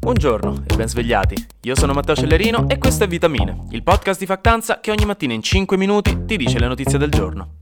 Buongiorno e ben svegliati. Io sono Matteo Cellerino e questo è Vitamine, il podcast di Factanza che ogni mattina in 5 minuti ti dice le notizie del giorno.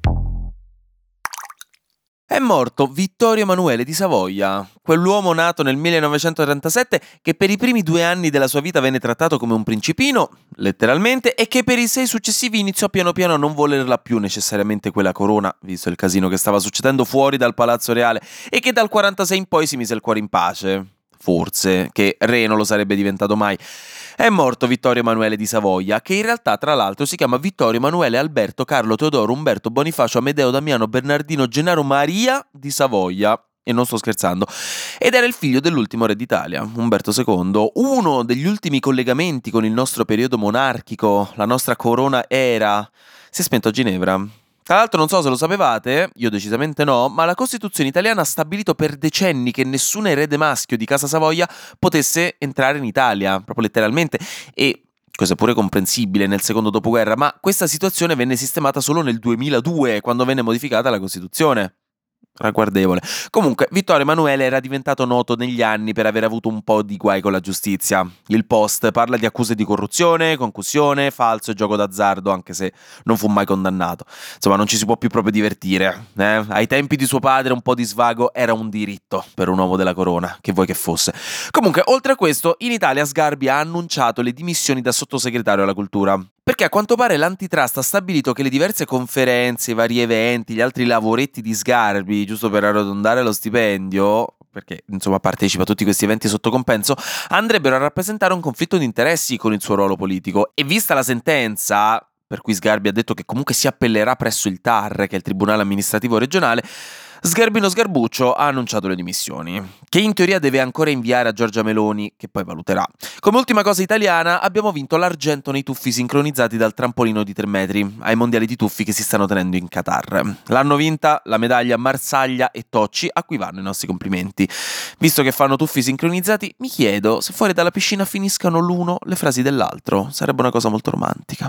È morto Vittorio Emanuele di Savoia, quell'uomo nato nel 1937 che per i primi 2 anni della sua vita venne trattato come un principino, letteralmente, e che per i 6 successivi iniziò piano piano a non volerla più necessariamente quella corona, visto il casino che stava succedendo fuori dal Palazzo Reale, e che dal 46 in poi si mise il cuore in pace. Forse, che re non lo sarebbe diventato mai. È morto Vittorio Emanuele di Savoia, che in realtà tra l'altro si chiama Vittorio Emanuele Alberto Carlo Teodoro Umberto Bonifacio Amedeo Damiano Bernardino Gennaro Maria di Savoia. E non sto scherzando. Ed era il figlio dell'ultimo re d'Italia, Umberto II, uno degli ultimi collegamenti con il nostro periodo monarchico, la nostra corona era. Si è spento a Ginevra. Tra l'altro non so se lo sapevate, io decisamente no, ma la Costituzione italiana ha stabilito per decenni che nessun erede maschio di Casa Savoia potesse entrare in Italia, proprio letteralmente, e questo è pure comprensibile nel secondo dopoguerra, ma questa situazione venne sistemata solo nel 2002, quando venne modificata la Costituzione. Ragguardevole. Comunque, Vittorio Emanuele era diventato noto negli anni per aver avuto un po' di guai con la giustizia. Il Post parla di accuse di corruzione, concussione, falso e gioco d'azzardo, anche se non fu mai condannato. Insomma, non ci si può più proprio divertire. Ai tempi di suo padre un po' di svago era un diritto per un uomo della corona, che vuoi che fosse. Comunque, oltre a questo, in Italia Sgarbi ha annunciato le dimissioni da sottosegretario alla cultura. Perché a quanto pare l'antitrust ha stabilito che le diverse conferenze, i vari eventi, gli altri lavoretti di Sgarbi, giusto per arrotondare lo stipendio, perché insomma partecipa a tutti questi eventi sotto compenso, andrebbero a rappresentare un conflitto di interessi con il suo ruolo politico. E vista la sentenza, per cui Sgarbi ha detto che comunque si appellerà presso il TAR, che è il Tribunale Amministrativo Regionale, Sgarbino Sgarbuccio ha annunciato le dimissioni, che in teoria deve ancora inviare a Giorgia Meloni, che poi valuterà. Come ultima cosa italiana, abbiamo vinto l'argento nei tuffi sincronizzati dal trampolino di 3 metri, ai mondiali di tuffi che si stanno tenendo in Qatar. L'hanno vinta la medaglia Marsaglia e Tocci, a cui vanno i nostri complimenti. Visto che fanno tuffi sincronizzati, mi chiedo se fuori dalla piscina finiscano l'uno le frasi dell'altro. Sarebbe una cosa molto romantica.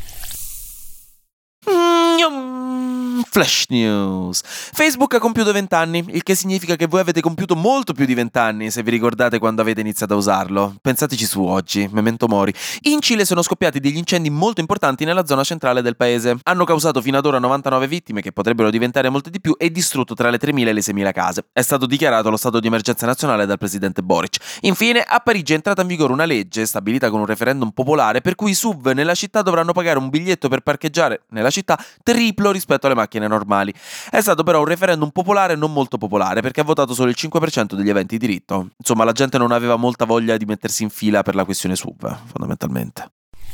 Flash News. Facebook ha compiuto 20 anni, il che significa che voi avete compiuto molto più di 20 anni, se vi ricordate quando avete iniziato a usarlo. Pensateci su oggi, memento mori. In Cile sono scoppiati degli incendi molto importanti nella zona centrale del paese. Hanno causato fino ad ora 99 vittime, che potrebbero diventare molte di più, e distrutto tra le 3.000 e le 6.000 case. È stato dichiarato lo stato di emergenza nazionale dal presidente Boric. Infine, a Parigi è entrata in vigore una legge, stabilita con un referendum popolare, per cui i SUV nella città dovranno pagare un biglietto per parcheggiare nella città triplo rispetto alle macchine normali. È stato però un referendum popolare non molto popolare, perché ha votato solo il 5% degli aventi diritto. Insomma, la gente non aveva molta voglia di mettersi in fila per la questione SUV, fondamentalmente.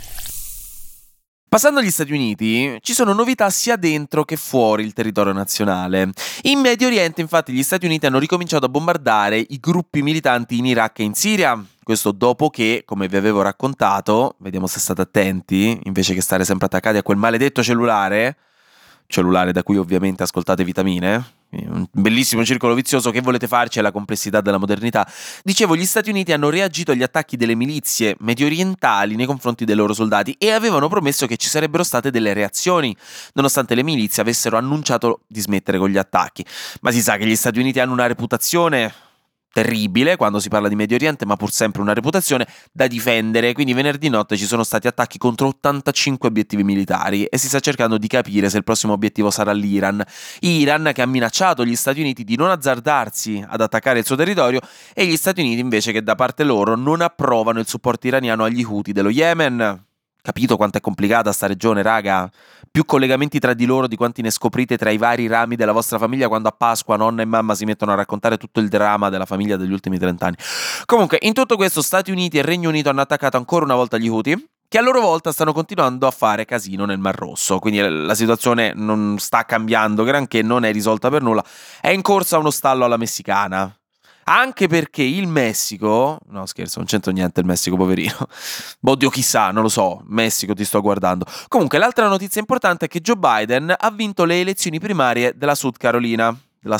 Passando agli Stati Uniti, ci sono novità sia dentro che fuori il territorio nazionale. In Medio Oriente, infatti, gli Stati Uniti hanno ricominciato a bombardare i gruppi militanti in Iraq e in Siria. Questo dopo che, come vi avevo raccontato, vediamo se state attenti, invece che stare sempre attaccati a quel maledetto cellulare da cui ovviamente ascoltate Vitamine, un bellissimo circolo vizioso. Che volete farci, è la complessità della modernità. Dicevo, gli Stati Uniti hanno reagito agli attacchi delle milizie mediorientali nei confronti dei loro soldati e avevano promesso che ci sarebbero state delle reazioni, nonostante le milizie avessero annunciato di smettere con gli attacchi. Ma si sa che gli Stati Uniti hanno una reputazione terribile quando si parla di Medio Oriente, ma pur sempre una reputazione da difendere. Quindi venerdì notte ci sono stati attacchi contro 85 obiettivi militari e si sta cercando di capire se il prossimo obiettivo sarà l'Iran. Iran che ha minacciato gli Stati Uniti di non azzardarsi ad attaccare il suo territorio, e gli Stati Uniti invece che da parte loro non approvano il supporto iraniano agli Houthi dello Yemen. Capito quanto è complicata sta regione, raga? Più collegamenti tra di loro di quanti ne scoprite tra i vari rami della vostra famiglia quando a Pasqua nonna e mamma si mettono a raccontare tutto il dramma della famiglia degli ultimi 30 anni. Comunque, in tutto questo Stati Uniti e Regno Unito hanno attaccato ancora una volta gli Houthi, che a loro volta stanno continuando a fare casino nel Mar Rosso. Quindi la situazione non sta cambiando granché, non è risolta per nulla. È in corsa uno stallo alla messicana. Anche perché il Messico. No, scherzo, non c'entra niente il Messico, poverino. Oddio, chissà, non lo so. Messico, ti sto guardando. Comunque, l'altra notizia importante è che Joe Biden ha vinto le elezioni primarie della South Carolina,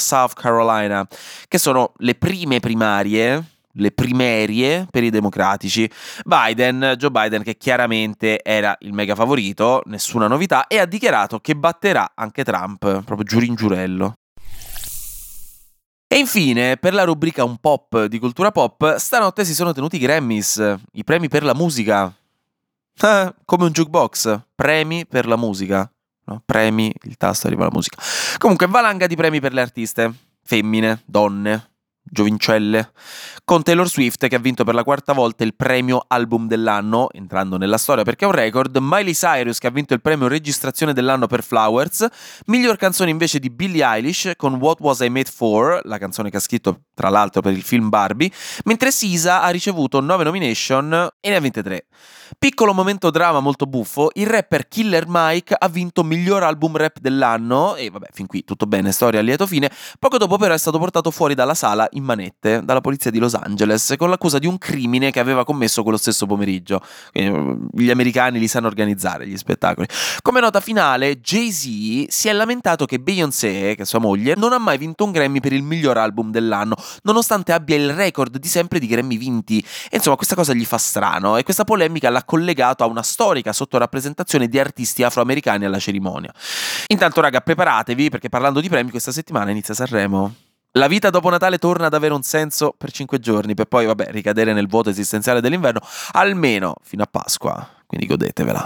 che sono le prime primarie, le primerie per i democratici. Joe Biden, che chiaramente era il mega favorito, nessuna novità, e ha dichiarato che batterà anche Trump, proprio giurin giurello. E infine, per la rubrica Un pop di cultura pop, stanotte si sono tenuti i Grammys, i premi per la musica. Come un jukebox, premi per la musica. No? Premi, il tasto arriva alla musica. Comunque, valanga di premi per le artiste, femmine, donne, giovincelle, con Taylor Swift che ha vinto per la quarta volta il premio album dell'anno, entrando nella storia perché è un record, Miley Cyrus che ha vinto il premio registrazione dell'anno per Flowers, miglior canzone invece di Billie Eilish con What Was I Made For, la canzone che ha scritto tra l'altro per il film Barbie, mentre SZA ha ricevuto 9 nomination e ne ha vinte 3. Piccolo momento drama molto buffo, il rapper Killer Mike ha vinto miglior album rap dell'anno e vabbè, fin qui tutto bene, storia a lieto fine. Poco dopo però è stato portato fuori dalla sala in manette dalla polizia di Los Angeles con l'accusa di un crimine che aveva commesso quello stesso pomeriggio. Quindi, gli americani li sanno organizzare gli spettacoli. Come nota finale, Jay-Z si è lamentato che Beyoncé, che è sua moglie, non ha mai vinto un Grammy per il miglior album dell'anno, nonostante abbia il record di sempre di Grammy vinti. E insomma, questa cosa gli fa strano e questa polemica l'ha collegato a una storica sottorappresentazione di artisti afroamericani alla cerimonia. Intanto, raga, preparatevi perché parlando di premi questa settimana inizia Sanremo. La vita dopo Natale torna ad avere un senso per 5 giorni, per poi, vabbè, ricadere nel vuoto esistenziale dell'inverno, almeno fino a Pasqua, quindi godetevela.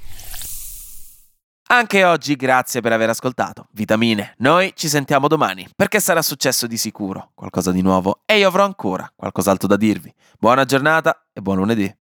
Anche oggi grazie per aver ascoltato Vitamine. Noi ci sentiamo domani, perché sarà successo di sicuro qualcosa di nuovo e io avrò ancora qualcos'altro da dirvi. Buona giornata e buon lunedì.